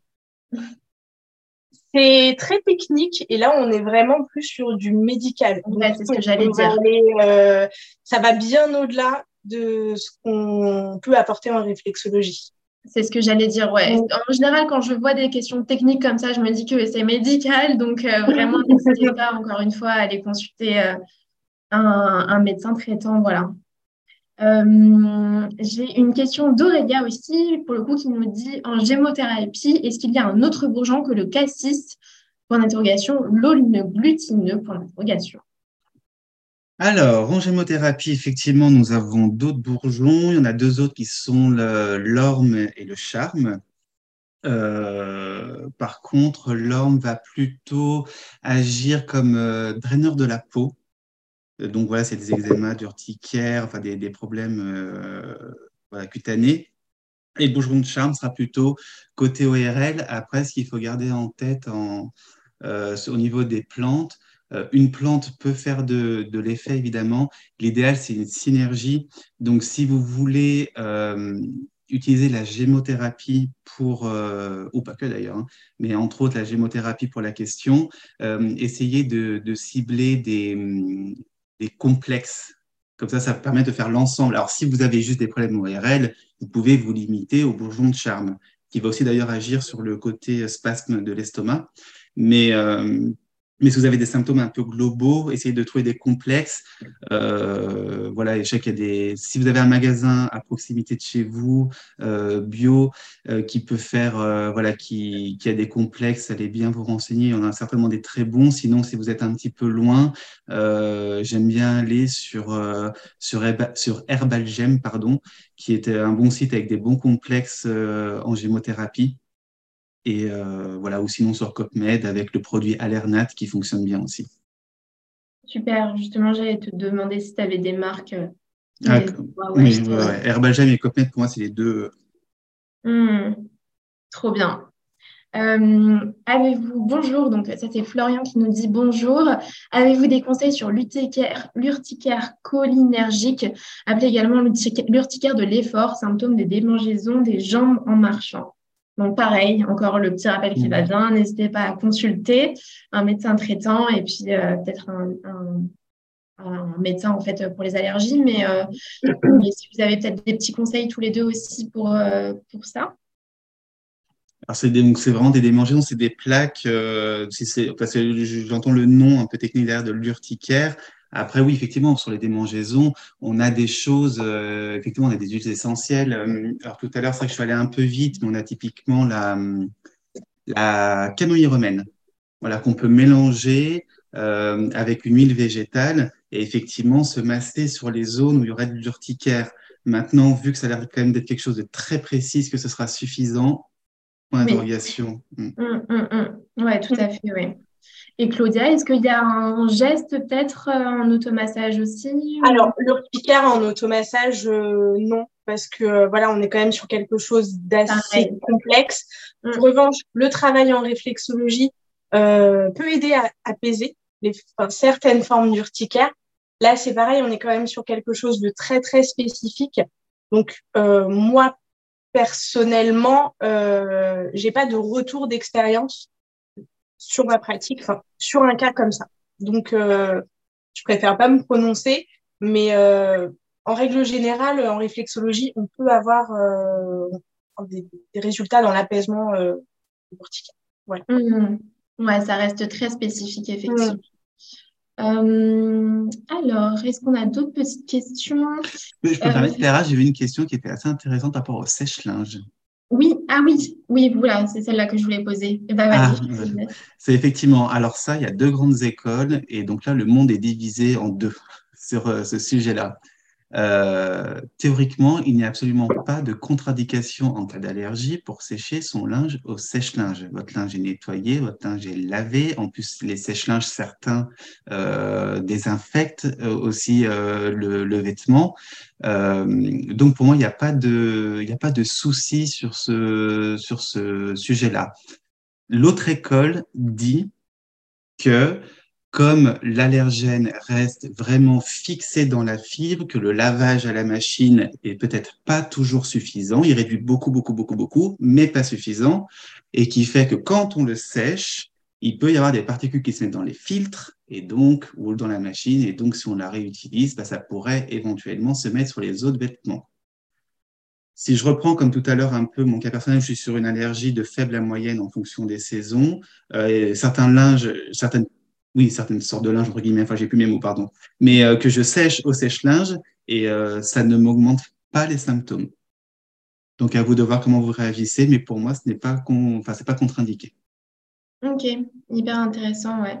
c'est très technique et là, on est vraiment plus sur du médical. Donc, Ouais, c'est ce que j'allais on va dire. aller, euh, ça va bien au-delà de ce qu'on peut apporter en réflexologie. C'est ce que j'allais dire, ouais. En général, quand je vois des questions techniques comme ça, je me dis que c'est médical, donc euh, vraiment, n'hésitez pas, encore une fois, à aller consulter euh, un, un médecin traitant, voilà. Euh, j'ai une question d'Aurélia aussi, pour le coup, qui nous dit en gémothérapie, est-ce qu'il y a un autre bourgeon que le cassis? Point d'interrogation, l'aulne glutineux? Point d'interrogation. Alors, en gémothérapie, effectivement, nous avons d'autres bourgeons. Il y en a deux autres qui sont le- l'orme et le charme. Euh, par contre, l'orme va plutôt agir comme euh, draineur de la peau. Euh, Donc voilà, c'est des eczémas, d'urticaire, enfin des, des problèmes euh, voilà, cutanés. Et le bourgeon de charme sera plutôt côté O R L. Après, ce qu'il faut garder en tête en, euh, au niveau des plantes, euh, une plante peut faire de, de l'effet, évidemment. L'idéal, c'est une synergie. Donc, si vous voulez euh, utiliser la gémothérapie pour, euh, ou pas que d'ailleurs, hein, mais entre autres la gémothérapie pour la question, euh, essayez de, de cibler des, hum, des complexes. Comme ça, ça permet de faire l'ensemble. Alors, si vous avez juste des problèmes O R L, vous pouvez vous limiter au bourgeon de charme, qui va aussi d'ailleurs agir sur le côté spasme de l'estomac. Mais, euh, mais si vous avez des symptômes un peu globaux, essayez de trouver des complexes. Euh, voilà, et je sais qu'il y a des. Si vous avez un magasin à proximité de chez vous, euh, bio, euh, qui peut faire, euh, voilà, qui, qui a des complexes, allez bien vous renseigner. On a certainement des très bons. Sinon, si vous êtes un petit peu loin, euh, j'aime bien aller sur, euh, sur, Herba- sur Herbalgem, pardon, qui est un bon site avec des bons complexes euh, en gémothérapie. Et euh, voilà, ou sinon sur CopMed avec le produit Alernat qui fonctionne bien aussi. Super, justement, j'allais te demander si tu avais des marques euh, qui Ah, allaient pouvoir oui, acheter. ouais, ouais. Herbalgem et CopMed, pour moi, c'est les deux. Hmm, trop bien. Euh, avez-vous, bonjour, donc ça c'est Florian qui nous dit bonjour. Avez-vous des conseils sur l'urticaire, l'urticaire cholinergique, appelé également l'urticaire l'urticaire de l'effort, symptôme des démangeaisons des jambes en marchant? Donc pareil, encore le petit rappel qui va Mhm. bien, n'hésitez pas à consulter un médecin traitant et puis euh, peut-être un, un- un médecin en fait pour les allergies, mais, euh, mais si vous avez peut-être des petits conseils tous les deux aussi pour, euh, pour ça. Alors, c'est des- donc, c'est vraiment des démangeaisons, c'est des plaques. Euh, si c'est, parce que j'entends le nom un peu technique derrière de l'urticaire. Après, oui, effectivement, sur les démangeaisons, on a des choses, euh, effectivement, on a des huiles essentielles. Euh, Alors, tout à l'heure, c'est vrai que je suis allé un peu vite, mais on a typiquement la, la camomille romaine, voilà, qu'on peut mélanger euh, avec une huile végétale et effectivement se masser sur les zones où il y aurait de l'urticaire. Maintenant, vu que ça a l'air quand même d'être quelque chose de très précis, est-ce que ce sera suffisant? Point Oui. d'interrogation. Mm. Hum, hum, hum. Ouais, tout à fait, oui. Et Claudia, est-ce qu'il y a un geste peut-être euh, en automassage aussi ou... Alors, l'urticaire en automassage, euh, non, parce que euh, voilà, on est quand même sur quelque chose d'assez Pareil. complexe. En Hum, revanche, le travail en réflexologie euh, peut aider à apaiser les, enfin, certaines formes d'urticaire. Là, c'est pareil, on est quand même sur quelque chose de très, très spécifique. Donc, euh, moi, personnellement, euh, j'ai pas de retour d'expérience sur ma pratique, enfin, sur un cas comme ça. Donc, euh, je préfère pas me prononcer, mais euh, en règle générale, en réflexologie, on peut avoir euh, des, des résultats dans l'apaisement euh, cortical. Voilà. Mmh. Ouais, ça reste très spécifique, Mmh. effectivement. Euh, alors, est-ce qu'on a d'autres petites questions? Mais je peux me Euh, permettre, Clara, j'ai vu une question qui était assez intéressante par rapport au sèche-linge. oui, ah oui, oui, voilà, c'est celle-là que je voulais poser. Eh ben, vas-y, Ah, je te ouais. laisse. C'est effectivement. Alors ça, il y a deux grandes écoles et donc là, le monde est divisé en deux sur euh, ce sujet-là. Euh, théoriquement, il n'y a absolument pas de contre-indication en cas d'allergie pour sécher son linge au sèche-linge. Votre linge est nettoyé, votre linge est lavé. En plus, les sèche-linges, certains euh, désinfectent euh, aussi euh, le, le vêtement. Euh, donc, pour moi, il n'y a pas de, il n'y a pas de souci sur ce, sur ce sujet-là. L'autre école dit que comme l'allergène reste vraiment fixé dans la fibre, que le lavage à la machine est peut-être pas toujours suffisant, il réduit beaucoup, beaucoup, beaucoup, beaucoup, mais pas suffisant, et qui fait que quand on le sèche, il peut y avoir des particules qui se mettent dans les filtres, et donc, ou dans la machine, et donc si on la réutilise, bah, ça pourrait éventuellement se mettre sur les autres vêtements. Si je reprends comme tout à l'heure un peu mon cas personnel, je suis sur une allergie de faible à moyenne en fonction des saisons. Euh, et certains linges, certaines, oui, certaines sortes de linge, entre guillemets, enfin, j'ai plus mes mots, pardon, mais euh, que je sèche au sèche-linge et euh, ça ne m'augmente pas les symptômes. Donc, à vous de voir comment vous réagissez, mais pour moi, ce n'est pas, con... enfin, c'est pas contre-indiqué. Ok, hyper intéressant, ouais.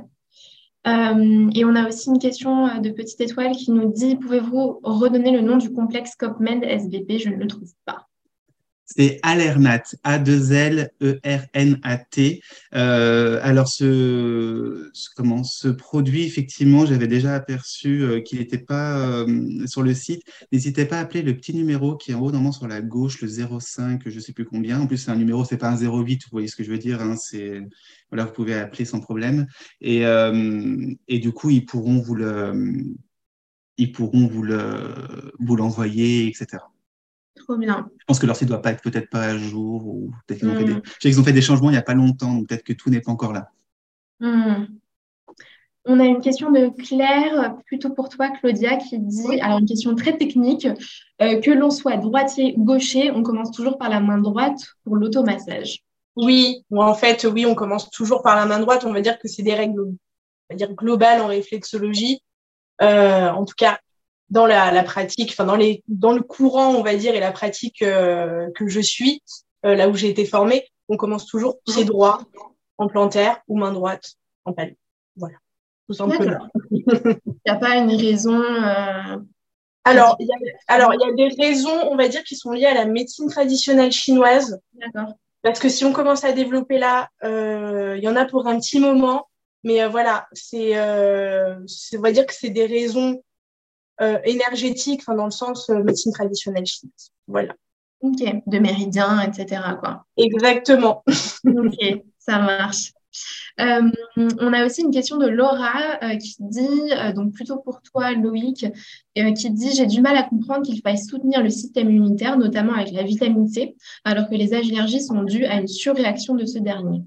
Euh, et on a aussi une question euh, de Petite Étoile qui nous dit, pouvez-vous redonner le nom du complexe COPMED S V P? Je ne le trouve pas. C'est Alernat, A deux L E R N A T. Euh, alors, ce, ce- comment, ce produit, effectivement, j'avais déjà aperçu euh, qu'il n'était pas euh, sur le site. N'hésitez pas à appeler le petit numéro qui est en haut, normalement sur la gauche, le zéro cinq, je ne sais plus combien. En plus, c'est un numéro, c'est pas un zéro huit, vous voyez ce que je veux dire, hein, c'est, voilà, vous pouvez appeler sans problème. Et, euh, et du coup, ils pourront vous le, ils pourront vous le, vous l'envoyer, et cetera. Trop bien. Je pense que leur site doit pas être peut-être pas à jour ou peut-être qu'ils ont fait des, Hmm, je sais qu'ils ont fait des changements il n'y a pas longtemps, donc peut-être que tout n'est pas encore là. hmm. On a une question de Claire, plutôt pour toi, Claudia, qui dit, Oui. alors une question très technique, euh, que l'on soit droitier ou gaucher, on commence toujours par la main droite pour l'automassage. Oui, ou en fait, oui, on commence toujours par la main droite. On va dire que c'est des règles, on va dire globales en réflexologie. Euh, en tout cas, dans la, la pratique, enfin dans les, dans le courant, on va dire, et la pratique euh, que je suis, euh, là où j'ai été formée, on commence toujours pied droit en plantaire ou main droite en palme. Voilà, tout simplement. D'accord. Il n'y a pas une raison euh, Alors, il y a, alors, particulière. il y a des raisons, on va dire, qui sont liées à la médecine traditionnelle chinoise. D'accord. Parce que si on commence à développer là, euh, il y en a pour un petit moment. Mais euh, voilà, c'est, euh, c'est- on va dire que c'est des raisons euh, énergétiques, enfin, dans le sens euh, médecine traditionnelle chinoise. Voilà. Ok, de méridien, et cetera, quoi. Exactement. Ok, ça marche. Euh, on a aussi une question de Laura euh, qui dit, euh, donc plutôt pour toi Loïc, euh, qui dit, j'ai du mal à comprendre qu'il faille soutenir le système immunitaire, notamment avec la vitamine C, alors que les allergies sont dues à une surréaction de ce dernier.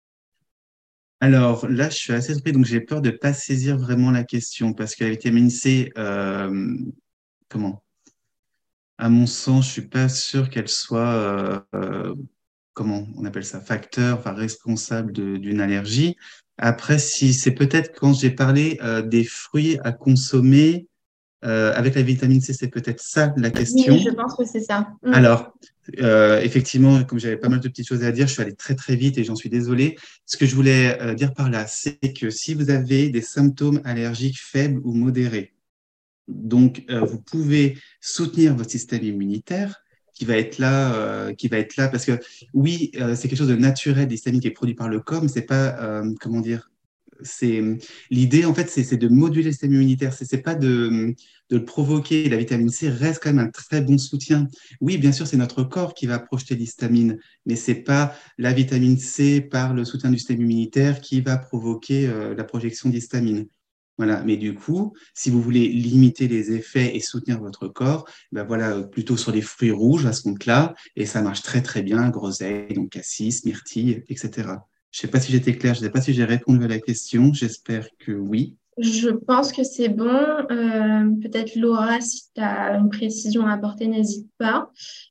Alors là, je suis assez surpris, donc j'ai peur de ne pas saisir vraiment la question parce que la vitamine C, euh, comment? À mon sens, je suis pas sûr qu'elle soit, euh, euh, comment on appelle ça, facteur, enfin responsable de- d'une allergie. Après, si c'est peut-être quand j'ai parlé euh, des fruits à consommer euh, avec la vitamine C, c'est peut-être ça la Oui, question. je pense que c'est ça. Mm. Alors, euh, effectivement, comme j'avais pas mal de petites choses à dire, je suis allé très très vite et j'en suis désolé. Ce que je voulais euh, dire par là, c'est que si vous avez des symptômes allergiques faibles ou modérés, donc euh, vous pouvez soutenir votre système immunitaire qui va être là, euh, qui va être là parce que oui, euh, c'est quelque chose de naturel, l'histamine qui est produit par le corps, mais c'est pas, euh, comment dire, c'est l'idée en fait, c'est c'est de moduler le système immunitaire. C'est c'est pas de, de le provoquer. La vitamine C reste quand même un très bon soutien. Oui, bien sûr, c'est notre corps qui va projeter l'histamine, mais c'est pas la vitamine C par le soutien du système immunitaire qui va provoquer euh, la projection d'histamine. Voilà. Mais du coup, si vous voulez limiter les effets et soutenir votre corps, ben voilà, plutôt sur les fruits rouges à ce compte-là, et ça marche très très bien, groseille, donc cassis, myrtille, et cetera. Je ne sais pas si j'étais clair, je ne sais pas si j'ai répondu à la question, j'espère que oui. Je pense que c'est bon. Euh, peut-être Laura, si tu as une précision à apporter, n'hésite pas.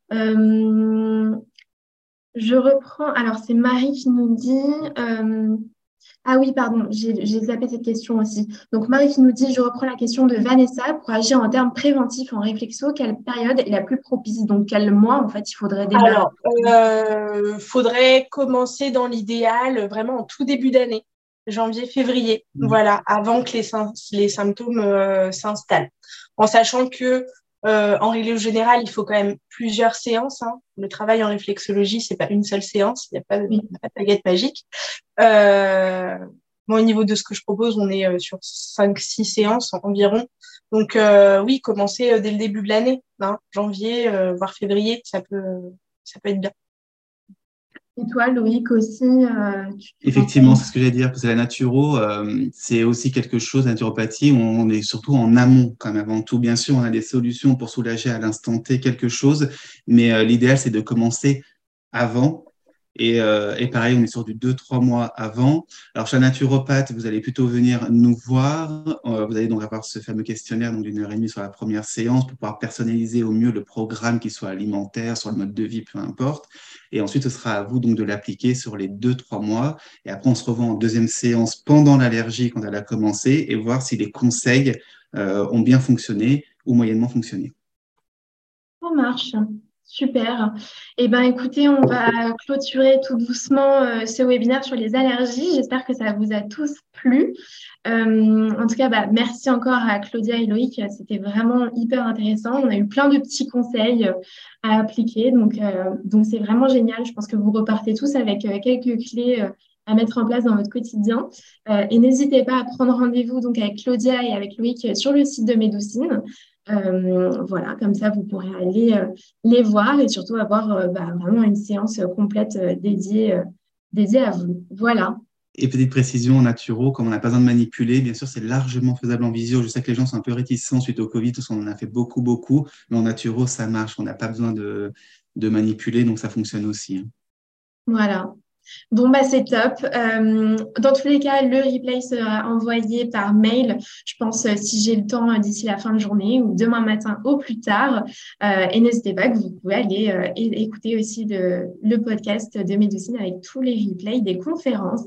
Euh, je reprends. Alors, c'est Marie qui nous dit. euh, Ah oui, pardon, j'ai j'ai zappé cette question aussi. Donc, Marie qui nous dit, je reprends la question de Vanessa. Pour agir en termes préventifs en réflexo, quelle période est la plus propice? Donc, quel mois, en fait, il faudrait démarrer? Alors, euh, faudrait commencer dans l'idéal vraiment en tout début d'année, janvier, février, Mhm. voilà, avant que les, sym- les symptômes euh, s'installent. En sachant que, euh, en règle générale, il faut quand même plusieurs séances, hein. Le travail en réflexologie, c'est pas une seule séance, il n'y a pas, de- Oui. il y a pas de baguette magique. Euh, Moi, au niveau de ce que je propose, on est euh, sur cinq, six séances environ. Donc, euh, oui, commencer euh, dès le début de l'année, hein, janvier, euh, voire février, ça peut, ça peut être bien. Et toi, Loïc aussi, euh, tu, tu Effectivement, conseilles? c'est ce que j'allais dire, parce que la naturo, euh, c'est aussi quelque chose, la naturopathie, on est surtout en amont quand même avant tout. Bien sûr, on a des solutions pour soulager à l'instant T quelque chose, mais euh, l'idéal, c'est de commencer avant. Et, euh, et pareil, on est sur du deux trois mois avant. Alors, chez un naturopathe, vous allez plutôt venir nous voir. Euh, vous allez donc avoir ce fameux questionnaire donc d'une heure et demie sur la première séance pour pouvoir personnaliser au mieux le programme, qu'il soit alimentaire, sur le mode de vie, peu importe. Et ensuite, ce sera à vous donc de l'appliquer sur les deux trois mois. Et après, on se revoit en deuxième séance pendant l'allergie quand elle a commencé et voir si les conseils euh, ont bien fonctionné ou moyennement fonctionné. Ça marche. Super. Eh bien, écoutez, on va clôturer tout doucement euh, ce webinaire sur les allergies. J'espère que ça vous a tous plu. Euh, en tout cas, bah, merci encore à Claudia et Loïc. C'était vraiment hyper intéressant. On a eu plein de petits conseils euh, à appliquer. Donc, euh, donc c'est vraiment génial. Je pense que vous repartez tous avec euh, quelques clés euh, à mettre en place dans votre quotidien. Euh, et n'hésitez pas à prendre rendez-vous donc avec Claudia et avec Loïc euh, sur le site de Médoucine. Euh, voilà, comme ça, vous pourrez aller euh, les voir et surtout avoir euh, bah, vraiment une séance euh, complète euh, dédiée, euh, dédiée à vous. Voilà. Et petite précision en naturo, comme on n'a pas besoin de manipuler, bien sûr, c'est largement faisable en visio. Je sais que les gens sont un peu réticents suite au Covid, parce qu'on en a fait beaucoup, beaucoup, mais en naturo, ça marche. On n'a pas besoin de, de manipuler, donc ça fonctionne aussi, hein. Voilà. Bon, bah, c'est top. Euh, dans tous les cas, le replay sera envoyé par mail, je pense, euh, si j'ai le temps euh, d'ici la fin de journée ou demain matin au plus tard. Euh, et n'hésitez pas que vous pouvez aller euh, é- écouter aussi le, le podcast de Médecine avec tous les replays des conférences.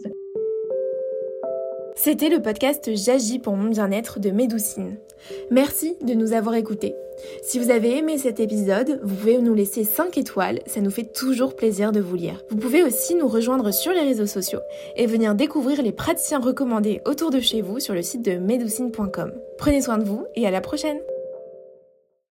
C'était le podcast J'agis pour mon bien-être de Médoucine. Merci de nous avoir écoutés. Si vous avez aimé cet épisode, vous pouvez nous laisser cinq étoiles, ça nous fait toujours plaisir de vous lire. Vous pouvez aussi nous rejoindre sur les réseaux sociaux et venir découvrir les praticiens recommandés autour de chez vous sur le site de médoucine point com. Prenez soin de vous et à la prochaine!